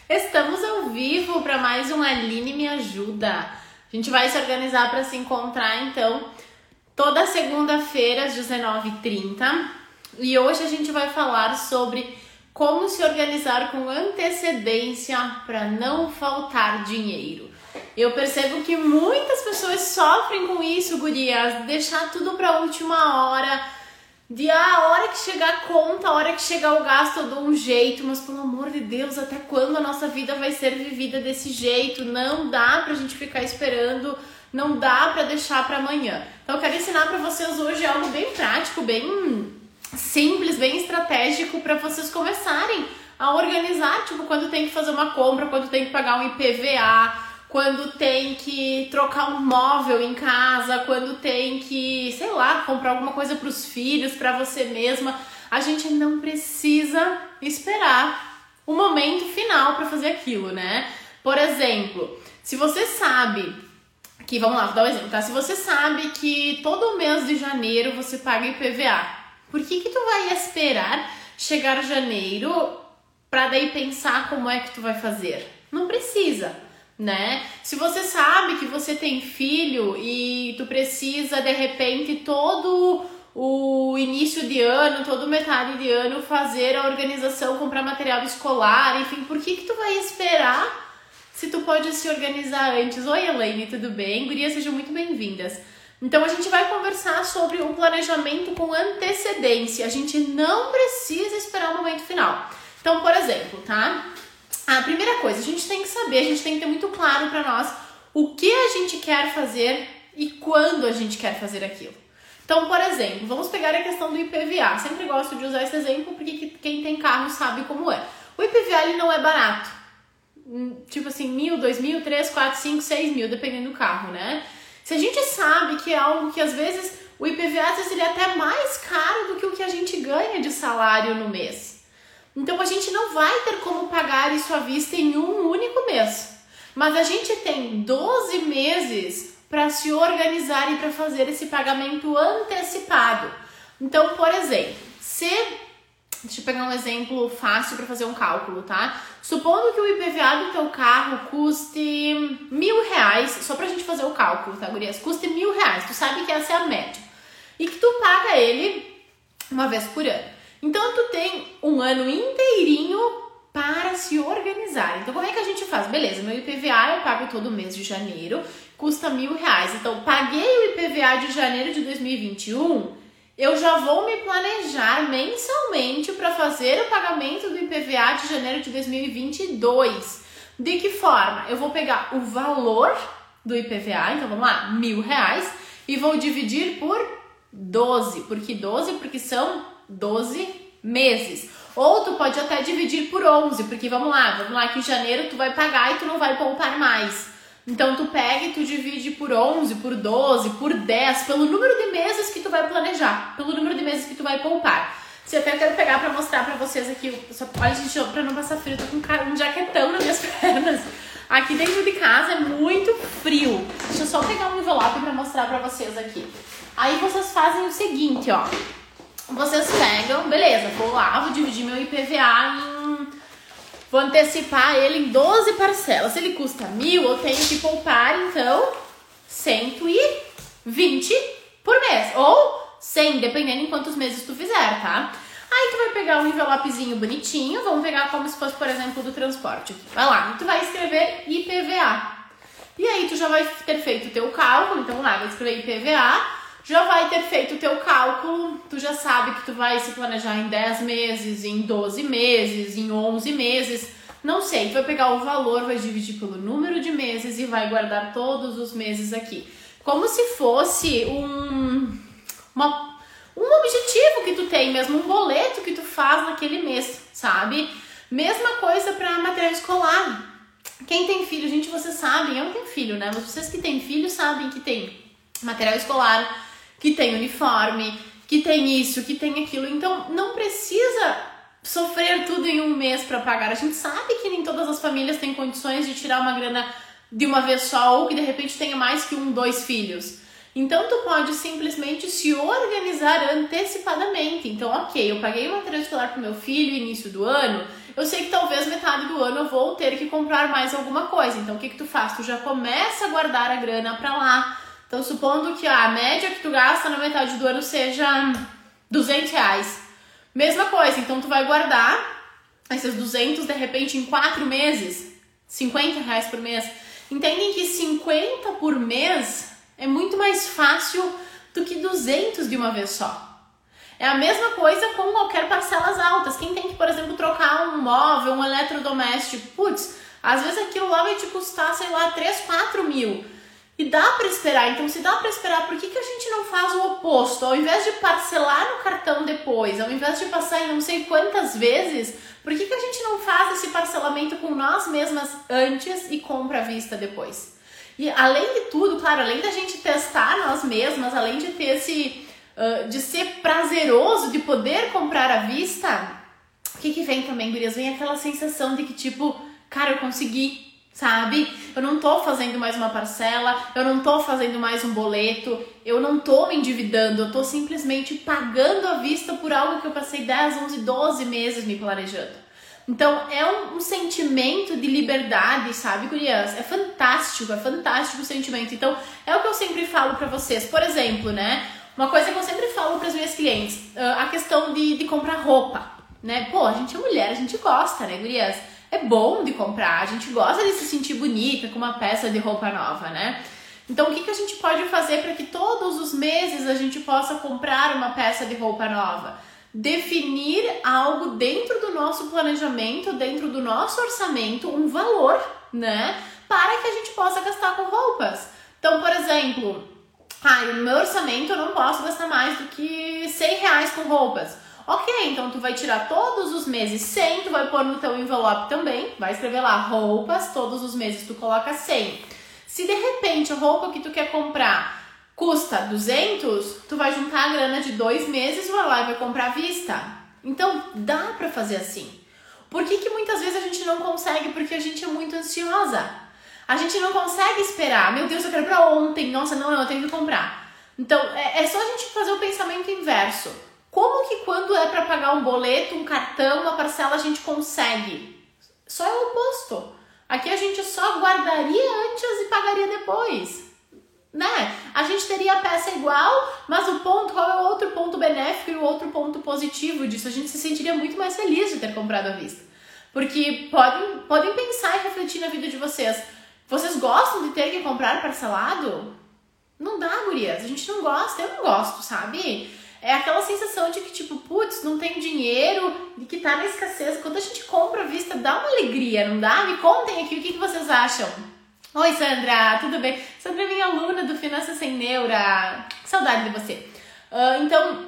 Estamos ao vivo para mais um Aline Me Ajuda. A gente vai se organizar para se encontrar, então, toda segunda-feira às 19h30. E hoje a gente vai falar sobre como se organizar com antecedência para não faltar dinheiro. Eu percebo que muitas pessoas sofrem com isso, gurias, deixar tudo para a última hora. A hora que chegar a conta, a hora que chegar o gasto eu dou um jeito, mas pelo amor de Deus, até quando a nossa vida vai ser vivida desse jeito? Não dá pra gente ficar esperando, não dá pra deixar pra amanhã. Então eu quero ensinar pra vocês hoje algo bem prático, bem simples, bem estratégico pra vocês começarem a organizar, tipo quando tem que fazer uma compra, quando tem que pagar um IPVA, quando tem que trocar um móvel em casa, quando tem que, sei lá, comprar alguma coisa para os filhos, para você mesma. A gente não precisa esperar o momento final para fazer aquilo, né? Por exemplo, se você sabe que, vamos lá, vou dar um exemplo, tá? Se você sabe que todo mês de janeiro você paga IPVA, por que tu vai esperar chegar janeiro para daí pensar como é que tu vai fazer? Não precisa. Né? Se você sabe que você tem filho e tu precisa de repente todo o início de ano, todo metade de ano fazer a organização, comprar material escolar, enfim, por que tu vai esperar se tu pode se organizar antes? Oi, Elaine, tudo bem? Gurias, sejam muito bem-vindas. Então a gente vai conversar sobre o planejamento com antecedência. A gente não precisa esperar o momento final. Então, por exemplo, tá? A primeira coisa, a gente tem que saber, a gente tem que ter muito claro para nós o que a gente quer fazer e quando a gente quer fazer aquilo. Então, por exemplo, vamos pegar a questão do IPVA. Sempre gosto de usar esse exemplo porque quem tem carro sabe como é. O IPVA ele não é barato. Tipo assim, 1.000, 2.000, 3, 4, 5, 6 mil, dependendo do carro, né? Se a gente sabe que é algo que às vezes o IPVA às vezes ele é até mais caro do que o que a gente ganha de salário no mês. Então a gente não vai ter como pagar isso à vista em um único mês. Mas a gente tem 12 meses para se organizar e para fazer esse pagamento antecipado. Então, por exemplo, deixa eu pegar um exemplo fácil para fazer um cálculo, tá? Supondo que o IPVA do teu carro custe R$1.000, só pra gente fazer o cálculo, tá, gurias? Custe R$1.000, tu sabe que essa é a média. E que tu paga ele uma vez por ano. Então, tu tem um ano inteirinho para se organizar. Então, como é que a gente faz? Beleza, meu IPVA eu pago todo mês de janeiro, custa R$1.000. Então, paguei o IPVA de janeiro de 2021, eu já vou me planejar mensalmente para fazer o pagamento do IPVA de janeiro de 2022. De que forma? Eu vou pegar o valor do IPVA, então vamos lá, R$1.000, e vou dividir por 12. Por que 12? Porque são 12 meses. Ou tu pode até dividir por 11, porque vamos lá que em janeiro tu vai pagar e tu não vai poupar mais. Então tu pega e tu divide por 11, por 12, por 10, pelo número de meses que tu vai planejar, pelo número de meses que tu vai poupar. Se eu até quero pegar pra mostrar pra vocês aqui, olha gente, pra não passar frio, eu tô com um jaquetão nas minhas pernas. Aqui dentro de casa é muito frio. Deixa eu só pegar um envelope pra mostrar pra vocês aqui. Aí vocês fazem o seguinte, ó. Vocês pegam, beleza, vou lá, vou dividir meu IPVA vou antecipar ele em 12 parcelas. Se ele custa 1.000, eu tenho que poupar, então, 120 por mês. Ou 100, dependendo em quantos meses tu fizer, tá? Aí tu vai pegar um envelopezinho bonitinho, vamos pegar como se fosse, por exemplo, do transporte. Vai lá, e tu vai escrever IPVA. E aí tu já vai ter feito o teu cálculo, então lá, vai escrever IPVA. Já vai ter feito o teu cálculo, tu já sabe que tu vai se planejar em 10 meses, em 12 meses, em 11 meses, não sei, tu vai pegar o valor, vai dividir pelo número de meses e vai guardar todos os meses aqui. Como se fosse um objetivo que tu tem mesmo, um boleto que tu faz naquele mês, sabe? Mesma coisa para material escolar. Quem tem filho, gente, vocês sabem, eu não tenho filho, né? Mas vocês que têm filho sabem que tem material escolar, que tem uniforme, que tem isso, que tem aquilo. Então, não precisa sofrer tudo em um mês para pagar. A gente sabe que nem todas as famílias têm condições de tirar uma grana de uma vez só ou que de repente tenha mais que 1, 2 filhos. Então, tu pode simplesmente se organizar antecipadamente. Então, ok, eu paguei o material escolar pro meu filho no início do ano, eu sei que talvez metade do ano eu vou ter que comprar mais alguma coisa. Então, o que tu faz? Tu já começa a guardar a grana pra lá. Então, supondo que a média que tu gasta na metade do ano seja R$200. Mesma coisa, então tu vai guardar esses 200 de repente em 4 meses, R$50 por mês. Entendem que 50 por mês é muito mais fácil do que 200 de uma vez só. É a mesma coisa com qualquer parcelas altas. Quem tem que, por exemplo, trocar um móvel, um eletrodoméstico, putz, às vezes aquilo lá vai te custar, sei lá, 3, 4 mil. E dá pra esperar. Então, se dá pra esperar, por que a gente não faz o oposto? Ao invés de parcelar no cartão depois, ao invés de passar em não sei quantas vezes, por que a gente não faz esse parcelamento com nós mesmas antes e compra à vista depois? E além de tudo, claro, além da gente testar nós mesmas, além de ter de ser prazeroso, de poder comprar à vista, o que vem também, gurias? Vem aquela sensação de que tipo, cara, eu consegui, sabe? Eu não tô fazendo mais uma parcela, eu não tô fazendo mais um boleto, eu não tô me endividando, eu tô simplesmente pagando à vista por algo que eu passei 10, 11, 12 meses me planejando. Então, é um sentimento de liberdade, sabe, gurias? É fantástico o sentimento. Então, é o que eu sempre falo pra vocês. Por exemplo, né? Uma coisa que eu sempre falo para as minhas clientes, a questão de comprar roupa, né? Pô, a gente é mulher, a gente gosta, né, gurias? É bom de comprar, a gente gosta de se sentir bonita com uma peça de roupa nova, né? Então, o que a gente pode fazer para que todos os meses a gente possa comprar uma peça de roupa nova? Definir algo dentro do nosso planejamento, dentro do nosso orçamento, um valor, né? Para que a gente possa gastar com roupas. Então, por exemplo, no meu orçamento eu não posso gastar mais do que R$100 com roupas. Ok, então tu vai tirar todos os meses 100, tu vai pôr no teu envelope também, vai escrever lá roupas, todos os meses tu coloca 100. Se de repente a roupa que tu quer comprar custa 200, tu vai juntar a grana de 2 meses, vai lá e vai comprar à vista. Então dá pra fazer assim. Por que muitas vezes a gente não consegue? Porque a gente é muito ansiosa. A gente não consegue esperar. Meu Deus, eu quero pra ontem. Nossa, não, eu tenho que comprar. Então, é só a gente fazer o pensamento inverso. Como que quando é pra pagar um boleto, um cartão, uma parcela, a gente consegue? Só é o oposto. Aqui a gente só guardaria antes e pagaria depois. Né? A gente teria a peça igual, mas qual é o outro ponto benéfico e o outro ponto positivo disso? A gente se sentiria muito mais feliz de ter comprado à vista. Porque podem pensar e refletir na vida de vocês. Vocês gostam de ter que comprar parcelado? Não dá, gurias. A gente não gosta. Eu não gosto, sabe? É aquela sensação de que, tipo, putz, não tem dinheiro, de que tá na escassez. Quando a gente compra à vista, dá uma alegria, não dá? Me contem aqui o que vocês acham. Oi, Sandra, tudo bem? Sandra é minha aluna do Finanças Sem Neura. Que saudade de você. Então,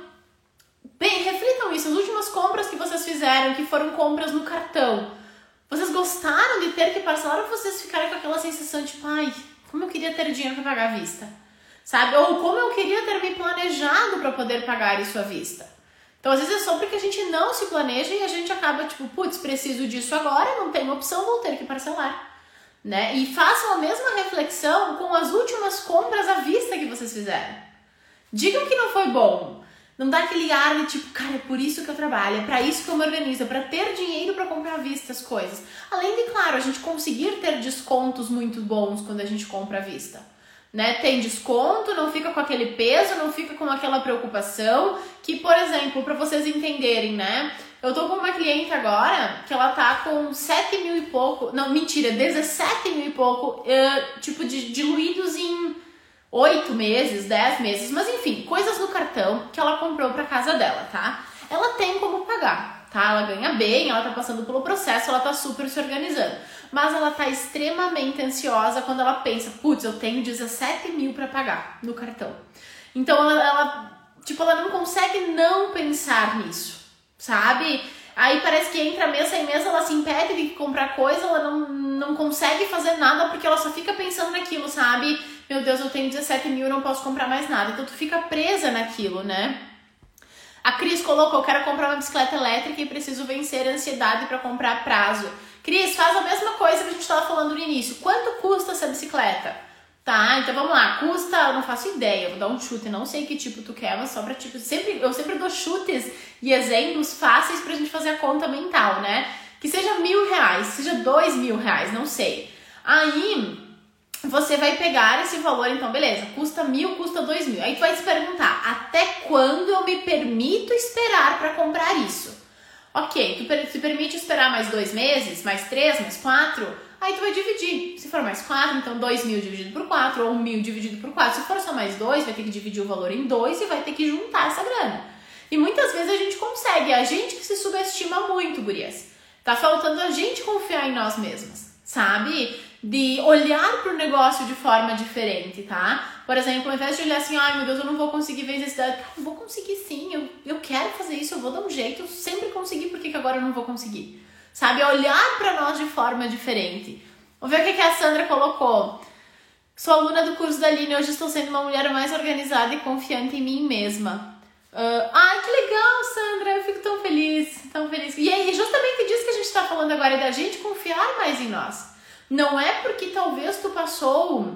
bem, reflitam isso. As últimas compras que vocês fizeram, que foram compras no cartão, vocês gostaram de ter que parcelar ou vocês ficaram com aquela sensação de tipo, ai, como eu queria ter dinheiro para pagar à vista? Sabe? Ou como eu queria ter me planejado para poder pagar isso à vista? Então, às vezes é só porque a gente não se planeja e a gente acaba tipo, putz, preciso disso agora, não tenho opção, vou ter que parcelar. Né? E façam a mesma reflexão com as últimas compras à vista que vocês fizeram. Digam que não foi bom. Não dá aquele ar de tipo, cara, é por isso que eu trabalho, é pra isso que eu me organizo, é pra ter dinheiro pra comprar à vista as coisas. Além de, claro, a gente conseguir ter descontos muito bons quando a gente compra à vista. Né? Tem desconto, não fica com aquele peso, não fica com aquela preocupação, que, por exemplo, pra vocês entenderem, né? Eu tô com uma cliente agora que ela tá com 7 mil e pouco, não, mentira, 17 mil e pouco, tipo, diluídos em 8 meses, 10 meses, mas enfim, coisas no cartão que ela comprou pra casa dela, tá? Ela tem como pagar, tá? Ela ganha bem, ela tá passando pelo processo, ela tá super se organizando. Mas ela tá extremamente ansiosa quando ela pensa, putz, eu tenho 17 mil pra pagar no cartão. Então ela não consegue não pensar nisso, sabe? Aí parece que entra mês sem mês, ela se impede de comprar coisa, ela não consegue fazer nada porque ela só fica pensando naquilo, sabe? Meu Deus, eu tenho 17 mil, eu não posso comprar mais nada. Então tu fica presa naquilo, né? A Cris colocou, eu quero comprar uma bicicleta elétrica e preciso vencer a ansiedade para comprar a prazo. Cris, faz a mesma coisa que a gente estava falando no início. Quanto custa essa bicicleta? Tá, então vamos lá. Custa, eu não faço ideia, vou dar um chute, não sei que tipo tu quer, mas só pra tipo, eu sempre dou chutes e exemplos fáceis pra gente fazer a conta mental, né? Que seja R$1.000, que seja R$2.000, não sei. Aí você vai pegar esse valor, então beleza, custa 1.000, custa 2.000. Aí tu vai se perguntar, até quando eu me permito esperar para comprar isso? Ok, tu se permite esperar mais 2 meses, mais 3, mais 4, aí tu vai dividir. Se for mais 4, então 2.000 dividido por 4, ou 1.000 dividido por 4. Se for só mais 2, vai ter que dividir o valor em 2 e vai ter que juntar essa grana. E muitas vezes a gente consegue, a gente que se subestima muito, gurias. Tá faltando a gente confiar em nós mesmas, sabe? De olhar pro negócio de forma diferente, tá? Por exemplo, ao invés de olhar assim, ai meu Deus, eu não vou conseguir vencer esse dado. Cara, eu vou conseguir sim, eu quero fazer isso, eu vou dar um jeito, eu sempre consegui, por que agora eu não vou conseguir? Sabe? Olhar pra nós de forma diferente. Vamos ver o que a Sandra colocou. Sou aluna do curso da Aline, hoje estou sendo uma mulher mais organizada e confiante em mim mesma. Ai, que legal, Sandra, eu fico tão feliz, tão feliz. E aí, justamente disso que a gente tá falando agora, é da gente confiar mais em nós. Não é porque talvez tu passou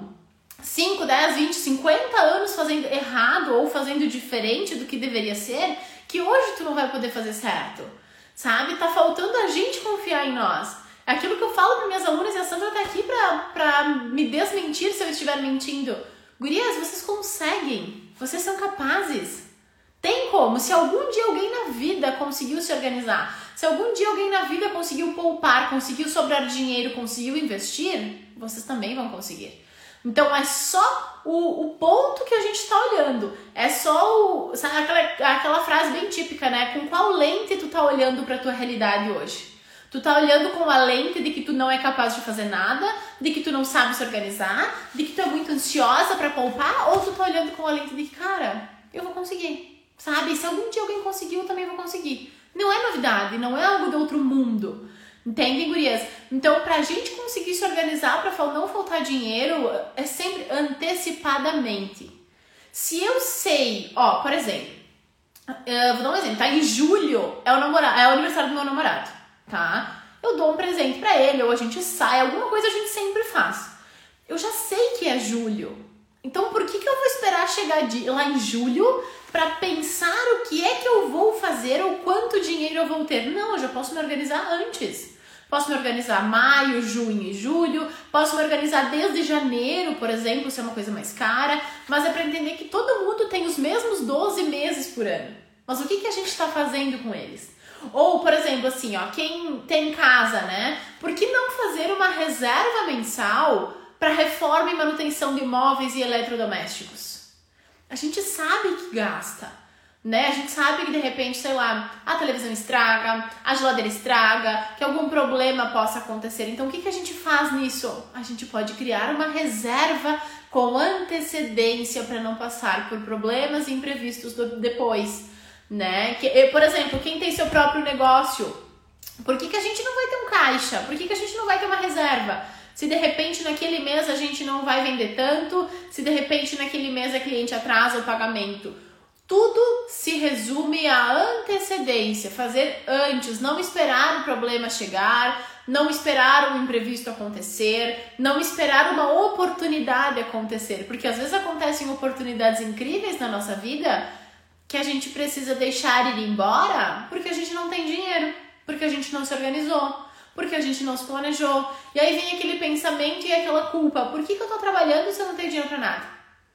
5, 10, 20, 50 anos fazendo errado ou fazendo diferente do que deveria ser, que hoje tu não vai poder fazer certo, sabe? Tá faltando a gente confiar em nós. É aquilo que eu falo para minhas alunas, e a Sandra tá aqui pra me desmentir se eu estiver mentindo. Gurias, vocês conseguem, vocês são capazes. Tem como, se algum dia alguém na vida conseguiu se organizar, se algum dia alguém na vida conseguiu poupar, conseguiu sobrar dinheiro, conseguiu investir, vocês também vão conseguir. Então é só o ponto que a gente está olhando, é só sabe, aquela frase bem típica, né? Com qual lente tu tá olhando para tua realidade hoje? Tu tá olhando com a lente de que tu não é capaz de fazer nada, de que tu não sabe se organizar, de que tu é muito ansiosa para poupar, ou tu tá olhando com a lente de que, cara, eu vou conseguir. Sabe? Se algum dia alguém conseguiu, eu também vou conseguir. Não é novidade, não é algo de outro mundo. Entendem, gurias? Então, pra gente conseguir se organizar, pra não faltar dinheiro, é sempre antecipadamente. Se eu sei, ó, por exemplo, vou dar um exemplo, tá? Em julho é o aniversário do meu namorado, tá? Eu dou um presente pra ele, ou a gente sai, alguma coisa a gente sempre faz. Eu já sei que é julho. Então, por que eu vou esperar chegar lá em julho para pensar o que é que eu vou fazer ou quanto dinheiro eu vou ter? Não, eu já posso me organizar antes. Posso me organizar maio, junho e julho. Posso me organizar desde janeiro, por exemplo, se é uma coisa mais cara. Mas é para entender que todo mundo tem os mesmos 12 meses por ano. Mas o que a gente está fazendo com eles? Ou, por exemplo, assim, ó, quem tem casa, né? Por que não fazer uma reserva mensal para reforma e manutenção de imóveis e eletrodomésticos? A gente sabe que gasta, né? A gente sabe que de repente, sei lá, a televisão estraga, a geladeira estraga, que algum problema possa acontecer. Então, o que a gente faz nisso? A gente pode criar uma reserva com antecedência para não passar por problemas imprevistos depois, né? Por exemplo, quem tem seu próprio negócio, por que a gente não vai ter um caixa? Por que a gente não vai ter uma reserva? Se de repente naquele mês a gente não vai vender tanto, se de repente naquele mês a cliente atrasa o pagamento. Tudo se resume à antecedência, fazer antes, não esperar o problema chegar, não esperar um imprevisto acontecer, não esperar uma oportunidade acontecer, porque às vezes acontecem oportunidades incríveis na nossa vida que a gente precisa deixar ir embora porque a gente não tem dinheiro, porque a gente não se organizou, porque a gente não se planejou. E aí vem aquele pensamento e aquela culpa. Por que eu tô trabalhando se eu não tenho dinheiro pra nada?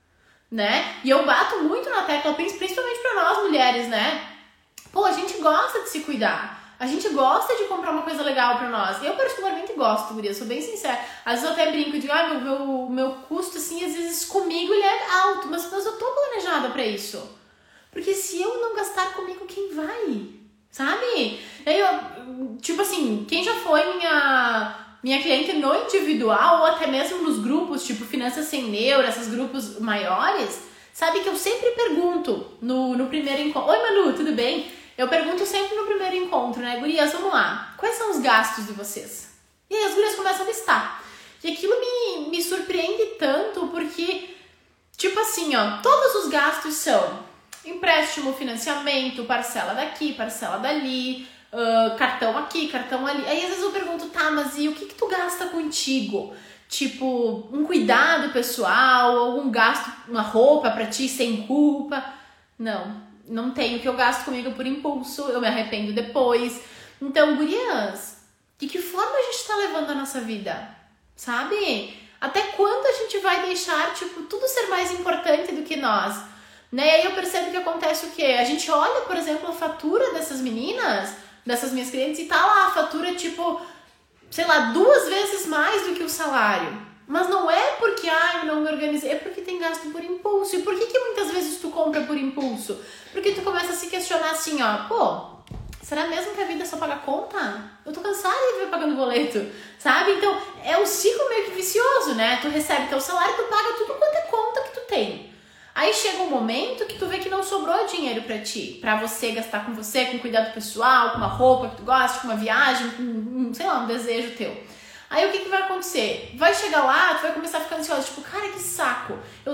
Né? E eu bato muito na tecla, principalmente pra nós mulheres, né? Pô, a gente gosta de se cuidar. A gente gosta de comprar uma coisa legal pra nós. Eu particularmente gosto, guria, sou bem sincera. Às vezes eu até brinco e digo, meu custo, assim, às vezes comigo ele é alto, mas eu tô planejada pra isso. Porque se eu não gastar comigo, quem vai? Sabe? Aí tipo assim, quem já foi minha cliente no individual ou até mesmo nos grupos, tipo Finanças Sem Neuro, esses grupos maiores, sabe que eu sempre pergunto no primeiro encontro. Oi, Manu, tudo bem? Eu pergunto sempre no primeiro encontro, né? Gurias, vamos lá. Quais são os gastos de vocês? E aí as gurias começam a listar. E aquilo me surpreende tanto porque, tipo assim, ó, todos os gastos são empréstimo, financiamento, parcela daqui, parcela dali, cartão aqui, cartão ali. Aí às vezes eu pergunto, tá, mas e o que tu gasta contigo? Tipo, um cuidado pessoal, algum gasto, uma roupa pra ti sem culpa? Não tenho, que eu gasto comigo por impulso, eu me arrependo depois. Então, gurias, De que forma a gente tá levando a nossa vida? Sabe? Até quando a gente vai deixar, tipo, tudo ser mais importante do que nós? Né? E aí eu percebo que acontece o quê? A gente olha, por exemplo, a fatura dessas meninas, dessas minhas clientes, e tá lá a fatura, tipo, sei lá, 2 vezes mais do que o salário. Mas não é porque, eu não me organizei, é porque tem gasto por impulso. E por que muitas vezes tu compra por impulso? Porque tu começa a se questionar assim, será mesmo que a vida é só pagar conta? Eu tô cansada de viver pagando boleto, sabe? Então, é um ciclo meio que vicioso, né? Tu recebe teu salário, tu paga tudo quanto é conta que tu tem. Aí chega um momento que tu vê que não sobrou dinheiro pra ti, pra você gastar com você, com cuidado pessoal, com uma roupa que tu gosta, com uma viagem, com, sei lá, um desejo teu. Aí o que vai acontecer? Vai chegar lá, tu vai começar a ficar ansiosa, tipo, cara, que saco. Eu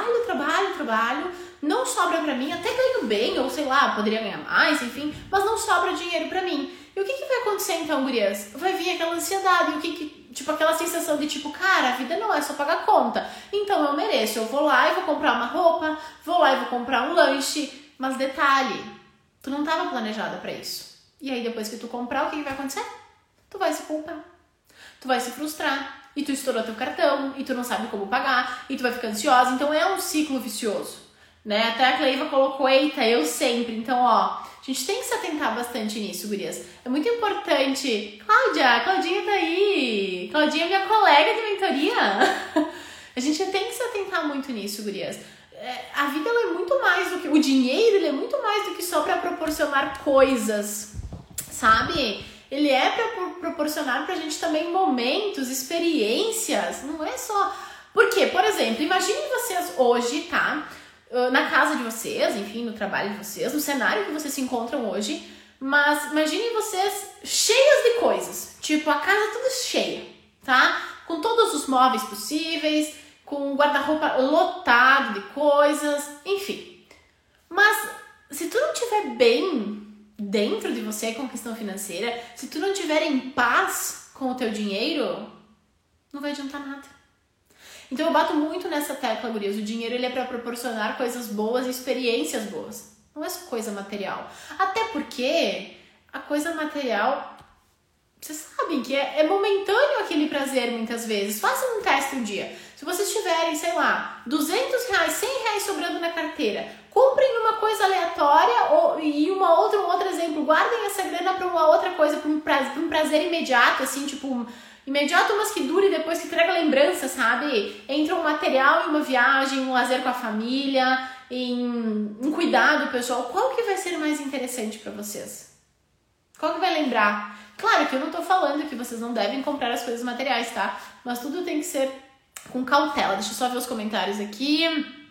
trabalho, não sobra pra mim, até ganho bem, ou sei lá, poderia ganhar mais, enfim, mas não sobra dinheiro pra mim. E o que vai acontecer então, gurias? Vai vir aquela ansiedade, tipo, aquela sensação de tipo, cara, a vida não é só pagar conta. Então eu mereço, eu vou lá e vou comprar uma roupa, vou lá e vou comprar um lanche. Mas detalhe, tu não tava planejada pra isso. E aí depois que tu comprar, o que vai acontecer? Tu vai se culpar. Tu vai se frustrar, e tu estourou teu cartão, e tu não sabe como pagar, e tu vai ficar ansiosa. Então é um ciclo vicioso, né? Até a Cleiva colocou, eita, eu sempre. Então, a gente tem que se atentar bastante nisso, gurias. É muito importante. Claudinha tá aí. Claudinha é minha colega de mentoria. A gente tem que se atentar muito nisso, gurias. A vida ela é muito mais do que... O dinheiro ele é muito mais do que só para proporcionar coisas, sabe? Ele é para proporcionar pra gente também momentos, experiências. Não é só... Por quê? Por exemplo, imaginem vocês hoje, tá? Na casa de vocês, enfim, no trabalho de vocês, no cenário que vocês se encontram hoje, mas imaginem vocês cheias de coisas, tipo a casa toda cheia, tá? Com todos os móveis possíveis, com o guarda-roupa lotado de coisas, enfim. Mas se tu não estiver bem dentro de você com questão financeira, se tu não estiver em paz com o teu dinheiro, não vai adiantar nada. Então eu bato muito nessa tecla, gurias. O dinheiro ele é para proporcionar coisas boas e experiências boas. Não é só coisa material. Até porque a coisa material, vocês sabem que é momentâneo aquele prazer muitas vezes. Façam um teste um dia. Se vocês tiverem, sei lá, R$200, R$100 sobrando na carteira, comprem uma coisa aleatória e um outro exemplo. Guardem essa grana para uma outra coisa, para um prazer imediato, assim, tipo... Imediato, mas que dure depois, que traga lembrança, sabe? Entra um material em uma viagem, um lazer com a família, em um cuidado pessoal. Qual que vai ser mais interessante pra vocês? Qual que vai lembrar? Claro que eu não tô falando que vocês não devem comprar as coisas materiais, tá? Mas tudo tem que ser com cautela. Deixa eu só ver os comentários aqui.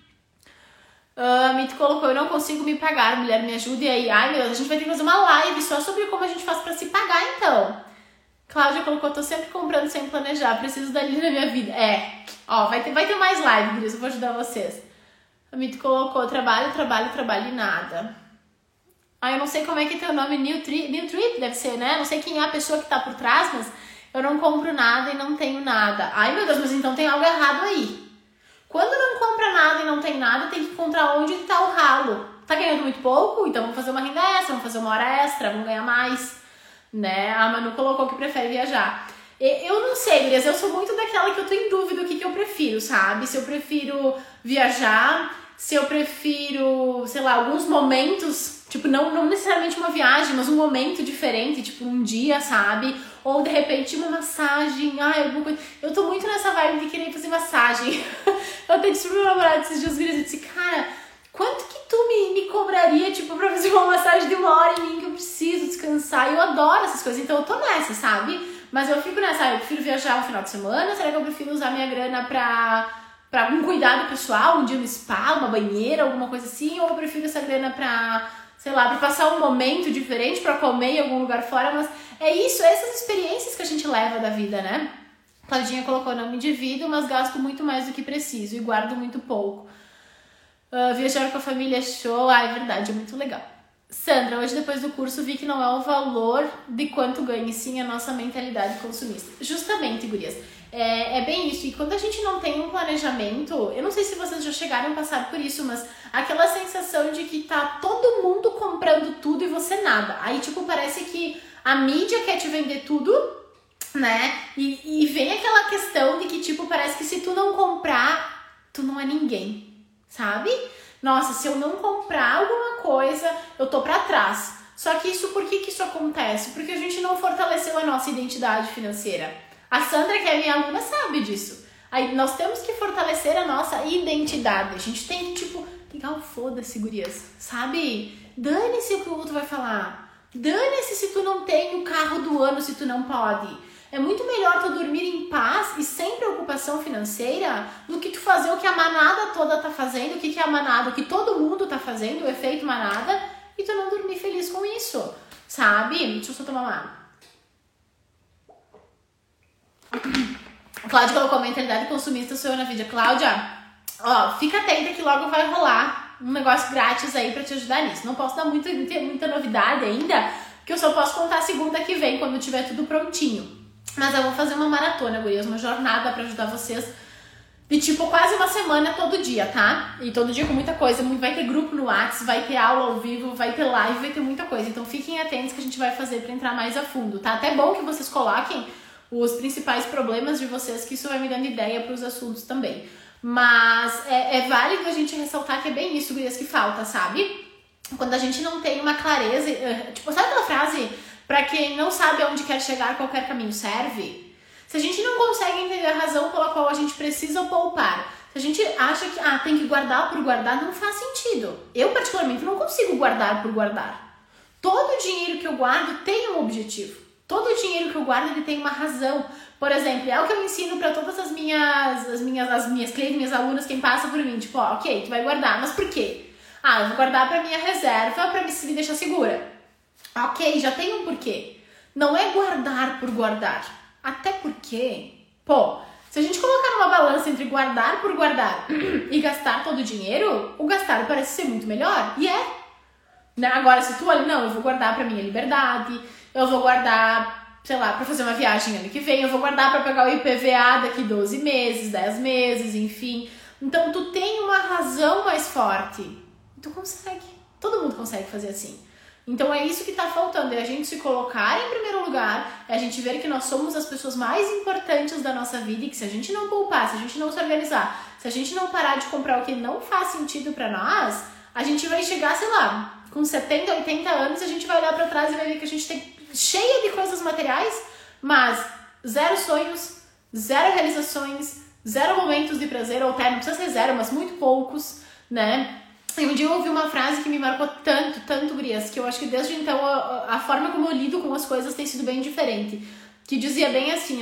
A Mito colocou, eu não consigo me pagar, mulher, me ajude aí. Ai, meu Deus, a gente vai ter que fazer uma live só sobre como a gente faz pra se pagar, então. Cláudia colocou, tô sempre comprando sem planejar, preciso da linha na minha vida. Vai ter mais live, Gris, eu vou ajudar vocês. A Mito colocou, trabalho e nada. Eu não sei como é que é teu nome, New Trip, deve ser, né? Não sei quem é a pessoa que tá por trás, mas eu não compro nada e não tenho nada. Ai, meu Deus, mas então tem algo errado aí. Quando não compra nada e não tem nada, tem que encontrar onde tá o ralo. Tá ganhando muito pouco? Então vamos fazer uma renda extra, vamos fazer uma hora extra, vamos ganhar mais. Né? A Manu colocou que prefere viajar. Eu não sei, Gurias, eu sou muito daquela que eu tô em dúvida o que eu prefiro, sabe? Se eu prefiro viajar, se eu prefiro, sei lá, alguns momentos, tipo, não necessariamente uma viagem, mas um momento diferente, tipo um dia, sabe? Ou de repente uma massagem, alguma coisa. Eu tô muito nessa vibe de querer fazer massagem. Eu até disse pro meu namorado esses dias, Gurias, eu disse, cara, quanto que tu me cobraria, tipo, pra fazer uma massagem de 1 hora em mim, que eu preciso descansar? Eu adoro essas coisas, então eu tô nessa, sabe? Mas eu fico nessa, eu prefiro viajar um final de semana, será que eu prefiro usar minha grana pra um cuidado pessoal, um dia no spa, uma banheira, alguma coisa assim? Ou eu prefiro essa grana pra, sei lá, pra passar um momento diferente, pra comer em algum lugar fora? Mas é isso, essas experiências que a gente leva da vida, né? Claudinha colocou, não me divido, mas gasto muito mais do que preciso e guardo muito pouco. Viajar com a família é show, é verdade, é muito legal. Sandra, hoje depois do curso vi que não é o valor de quanto ganha, e sim a nossa mentalidade consumista. Justamente, gurias, é bem isso. E quando a gente não tem um planejamento, eu não sei se vocês já chegaram a passar por isso, mas aquela sensação de que tá todo mundo comprando tudo e você nada. Aí, tipo, parece que A mídia quer te vender tudo, né? E vem aquela questão de que, tipo, parece que se tu não comprar, tu não é ninguém, sabe? Nossa, se eu não comprar alguma coisa, eu tô pra trás. Só que isso, por que isso acontece? Porque a gente não fortaleceu a nossa identidade financeira. A Sandra, que é minha aluna, sabe disso. Aí nós temos que fortalecer a nossa identidade. A gente tem que, tipo, ligar o foda-se, gurias, sabe? Dane-se o que o outro vai falar. Dane-se se tu não tem o carro do ano, se tu não pode. É muito melhor tu dormir em paz e sem preocupação financeira do que tu fazer o que a manada toda tá fazendo, o que é a manada, o que todo mundo tá fazendo, o efeito manada, e tu não dormir feliz com isso, sabe? Deixa eu só tomar uma água. Cláudia colocou mentalidade consumista, sou eu na vida. Cláudia, ó, fica atenta que logo vai rolar um negócio grátis aí pra te ajudar nisso. Não posso dar muita novidade ainda, porque eu só posso contar segunda que vem, quando tiver tudo prontinho. Mas eu vou fazer uma maratona, gurias, uma jornada pra ajudar vocês de tipo quase uma semana todo dia, tá? E todo dia com muita coisa, vai ter grupo no WhatsApp, vai ter aula ao vivo, vai ter live, vai ter muita coisa. Então fiquem atentos que a gente vai fazer pra entrar mais a fundo, tá? Até bom que vocês coloquem os principais problemas de vocês, que isso vai me dando ideia pros assuntos também. Mas é válido a gente ressaltar que é bem isso, gurias, que falta, sabe? Quando a gente não tem uma clareza, tipo, sabe aquela frase, pra quem não sabe aonde quer chegar, qualquer caminho serve? Se a gente não consegue entender a razão pela qual a gente precisa poupar, se a gente acha que tem que guardar por guardar, não faz sentido. Eu, particularmente, não consigo guardar por guardar. Todo o dinheiro que eu guardo tem um objetivo. Todo o dinheiro que eu guardo, ele tem uma razão. Por exemplo, é o que eu ensino para todas as minhas clientes, minhas alunas, quem passa por mim. Tipo, ok, tu vai guardar, mas por quê? Eu vou guardar pra minha reserva, pra me deixar segura. Ok, já tem um porquê. Não é guardar por guardar. Até porque, se a gente colocar numa balança entre guardar por guardar e gastar todo o dinheiro, o gastar parece ser muito melhor. E é. Né? Agora, se tu olha, não, eu vou guardar pra minha liberdade, eu vou guardar, sei lá, pra fazer uma viagem ano que vem, eu vou guardar pra pegar o IPVA daqui 12 meses, 10 meses, enfim. Então, tu tem uma razão mais forte. Tu consegue. Todo mundo consegue fazer assim. Então é isso que tá faltando, é a gente se colocar em primeiro lugar, é a gente ver que nós somos as pessoas mais importantes da nossa vida e que se a gente não poupar, se a gente não se organizar, se a gente não parar de comprar o que não faz sentido pra nós, a gente vai chegar, sei lá, com 70, 80 anos, a gente vai olhar pra trás e vai ver que a gente tem cheia de coisas materiais, mas zero sonhos, zero realizações, zero momentos de prazer, ou até não precisa ser zero, mas muito poucos, né? E um dia eu ouvi uma frase que me marcou tanto, gurias, que eu acho que desde então a forma como eu lido com as coisas tem sido bem diferente. Que dizia bem assim,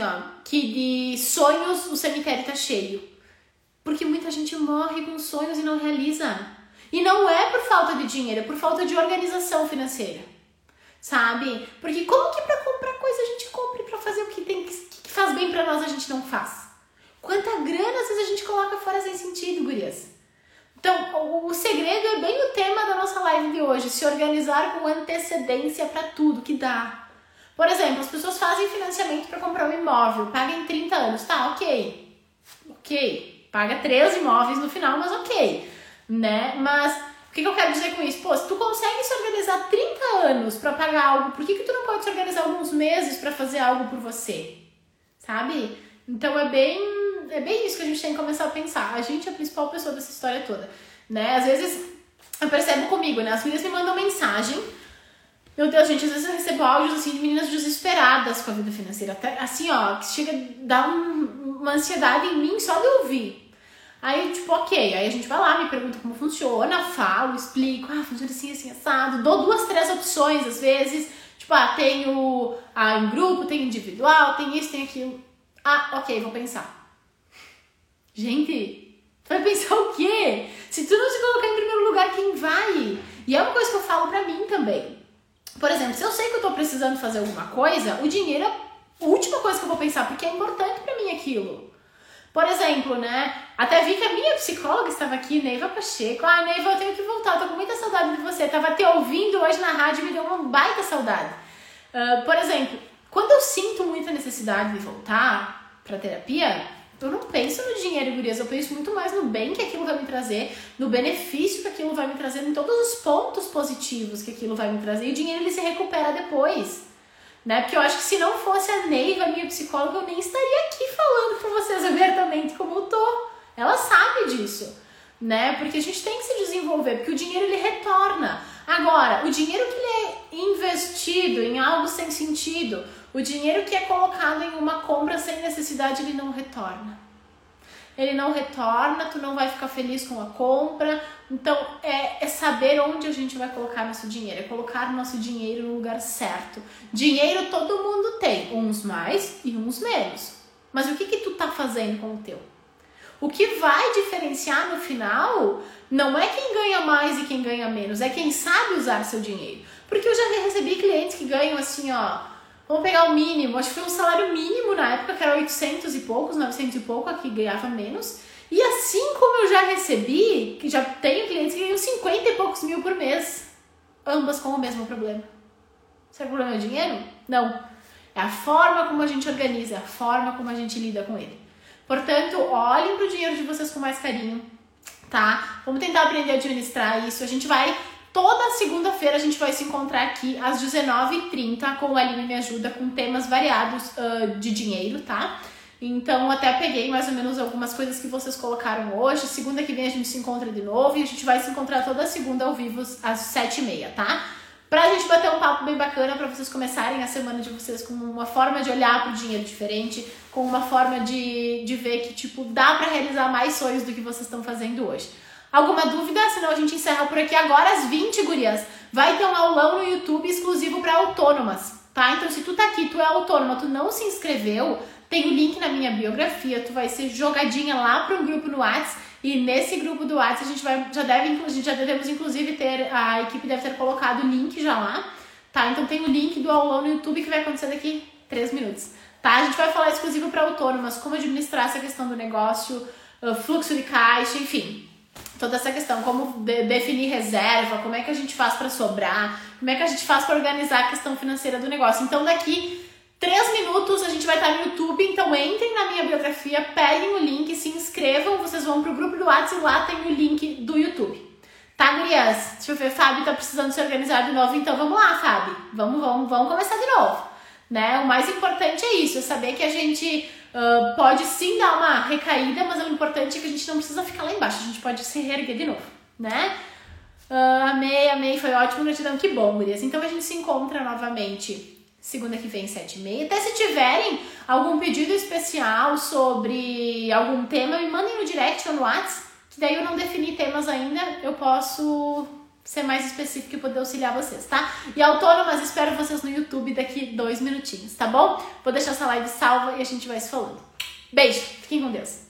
que de sonhos o cemitério tá cheio. Porque muita gente morre com sonhos e não realiza. E não é por falta de dinheiro, é por falta de organização financeira. Sabe? Porque como que pra comprar coisa a gente compra e pra fazer o que faz bem pra nós a gente não faz? Quanta grana às vezes a gente coloca fora sem sentido, gurias. Então, o segredo é bem o tema da nossa live de hoje, se organizar com antecedência para tudo que dá. Por exemplo, as pessoas fazem financiamento para comprar um imóvel, pagam em 30 anos, tá, ok, paga 3 imóveis no final, mas ok, né? Mas o que eu quero dizer com isso? Se tu consegue se organizar 30 anos para pagar algo, por que tu não pode se organizar alguns meses para fazer algo por você? Sabe? Então é bem isso que a gente tem que começar a pensar. A gente é a principal pessoa dessa história toda, né? Às vezes, eu percebo comigo, né? As meninas me mandam mensagem. Meu Deus, gente, às vezes eu recebo áudios, assim, de meninas desesperadas com a vida financeira. Até, assim, que chega a dar uma ansiedade em mim só de ouvir. Aí, tipo, ok. Aí a gente vai lá, me pergunta como funciona, falo, explico. Funciona assim, assim, assado. Dou 2, 3 opções, às vezes. Tipo, tenho em grupo, tem individual, tem isso, tem aquilo. Ok, vou pensar. Gente, tu vai pensar o quê? Se tu não se colocar em primeiro lugar, quem vai? E é uma coisa que eu falo pra mim também. Por exemplo, se eu sei que eu tô precisando fazer alguma coisa, o dinheiro é a última coisa que eu vou pensar, porque é importante pra mim aquilo. Por exemplo, né? Até vi que a minha psicóloga estava aqui, Neiva Pacheco. Neiva, eu tenho que voltar, tô com muita saudade de você. Tava te ouvindo hoje na rádio e me deu uma baita saudade. Por exemplo, quando eu sinto muita necessidade de voltar pra terapia, eu não penso no dinheiro, gurias, eu penso muito mais no bem que aquilo vai me trazer, no benefício que aquilo vai me trazer, em todos os pontos positivos que aquilo vai me trazer. E o dinheiro, ele se recupera depois. né? Porque eu acho que se não fosse a Neiva, minha psicóloga, eu nem estaria aqui falando com vocês abertamente como eu tô. Ela sabe disso, né? Porque a gente tem que se desenvolver, porque o dinheiro ele retorna. Agora, o dinheiro que ele é investido em algo sem sentido, o dinheiro que é colocado em uma compra sem necessidade, ele não retorna. Ele não retorna, tu não vai ficar feliz com a compra. Então, é saber onde a gente vai colocar nosso dinheiro. É colocar nosso dinheiro no lugar certo. Dinheiro todo mundo tem, uns mais e uns menos. Mas o que tu tá fazendo com o teu? O que vai diferenciar no final não é quem ganha mais e quem ganha menos, é quem sabe usar seu dinheiro. Porque eu já recebi clientes que ganham assim, ó, vamos pegar o mínimo, acho que foi um salário mínimo na época, que era 800 e poucos, 900 e pouco, aqui ganhava menos. E assim como eu já recebi, que já tenho clientes que ganham 50 e poucos mil por mês, ambas com o mesmo problema. Será que o problema é o dinheiro? Não. É a forma como a gente organiza, é a forma como a gente lida com ele. Portanto, olhem pro dinheiro de vocês com mais carinho, tá? Vamos tentar aprender a administrar isso. A gente vai, toda segunda-feira a gente vai se encontrar aqui às 19h30 com o Aline Me Ajuda, com temas variados de dinheiro, tá? Então, até peguei mais ou menos algumas coisas que vocês colocaram hoje. Segunda que vem a gente se encontra de novo e a gente vai se encontrar toda segunda ao vivo às 7h30, tá? Pra gente bater um papo bem bacana, pra vocês começarem a semana de vocês com uma forma de olhar pro dinheiro diferente, com uma forma de ver que, tipo, dá pra realizar mais sonhos do que vocês estão fazendo hoje. Alguma dúvida? Senão a gente encerra por aqui agora às 20, gurias. Vai ter um aulão no YouTube exclusivo pra autônomas, tá? Então, se tu tá aqui, tu é autônoma, tu não se inscreveu, tem o link na minha biografia, tu vai ser jogadinha lá para um grupo no WhatsApp. E nesse grupo do WhatsApp a gente já devemos inclusive ter, a equipe deve ter colocado o link já lá, tá? Então tem o link do aulão no YouTube que vai acontecer daqui 3 minutos, tá? A gente vai falar exclusivo para autônomas, como administrar essa questão do negócio, fluxo de caixa, enfim, toda essa questão, como definir reserva, como é que a gente faz para sobrar, como é que a gente faz para organizar a questão financeira do negócio. Então daqui 3 minutos a gente vai estar no YouTube, então entrem na minha biografia, peguem o link, se inscrevam, vocês vão pro grupo do WhatsApp e lá tem o link do YouTube. Tá, gurias? Deixa eu ver, Fábio tá precisando se organizar de novo, então vamos lá, Fábio. Vamos começar de novo, né? O mais importante é isso, é saber que a gente pode sim dar uma recaída, mas o importante é que a gente não precisa ficar lá embaixo, a gente pode se reerguer de novo, né? Amei, foi ótimo, gratidão, que bom, gurias. Então a gente se encontra novamente segunda que vem, 7h30. Até se tiverem algum pedido especial sobre algum tema, me mandem no direct ou no WhatsApp, que daí eu não defini temas ainda, eu posso ser mais específico e poder auxiliar vocês, tá? E autônomas, espero vocês no YouTube daqui 2 minutinhos, tá bom? Vou deixar essa live salva e a gente vai se falando. Beijo, fiquem com Deus.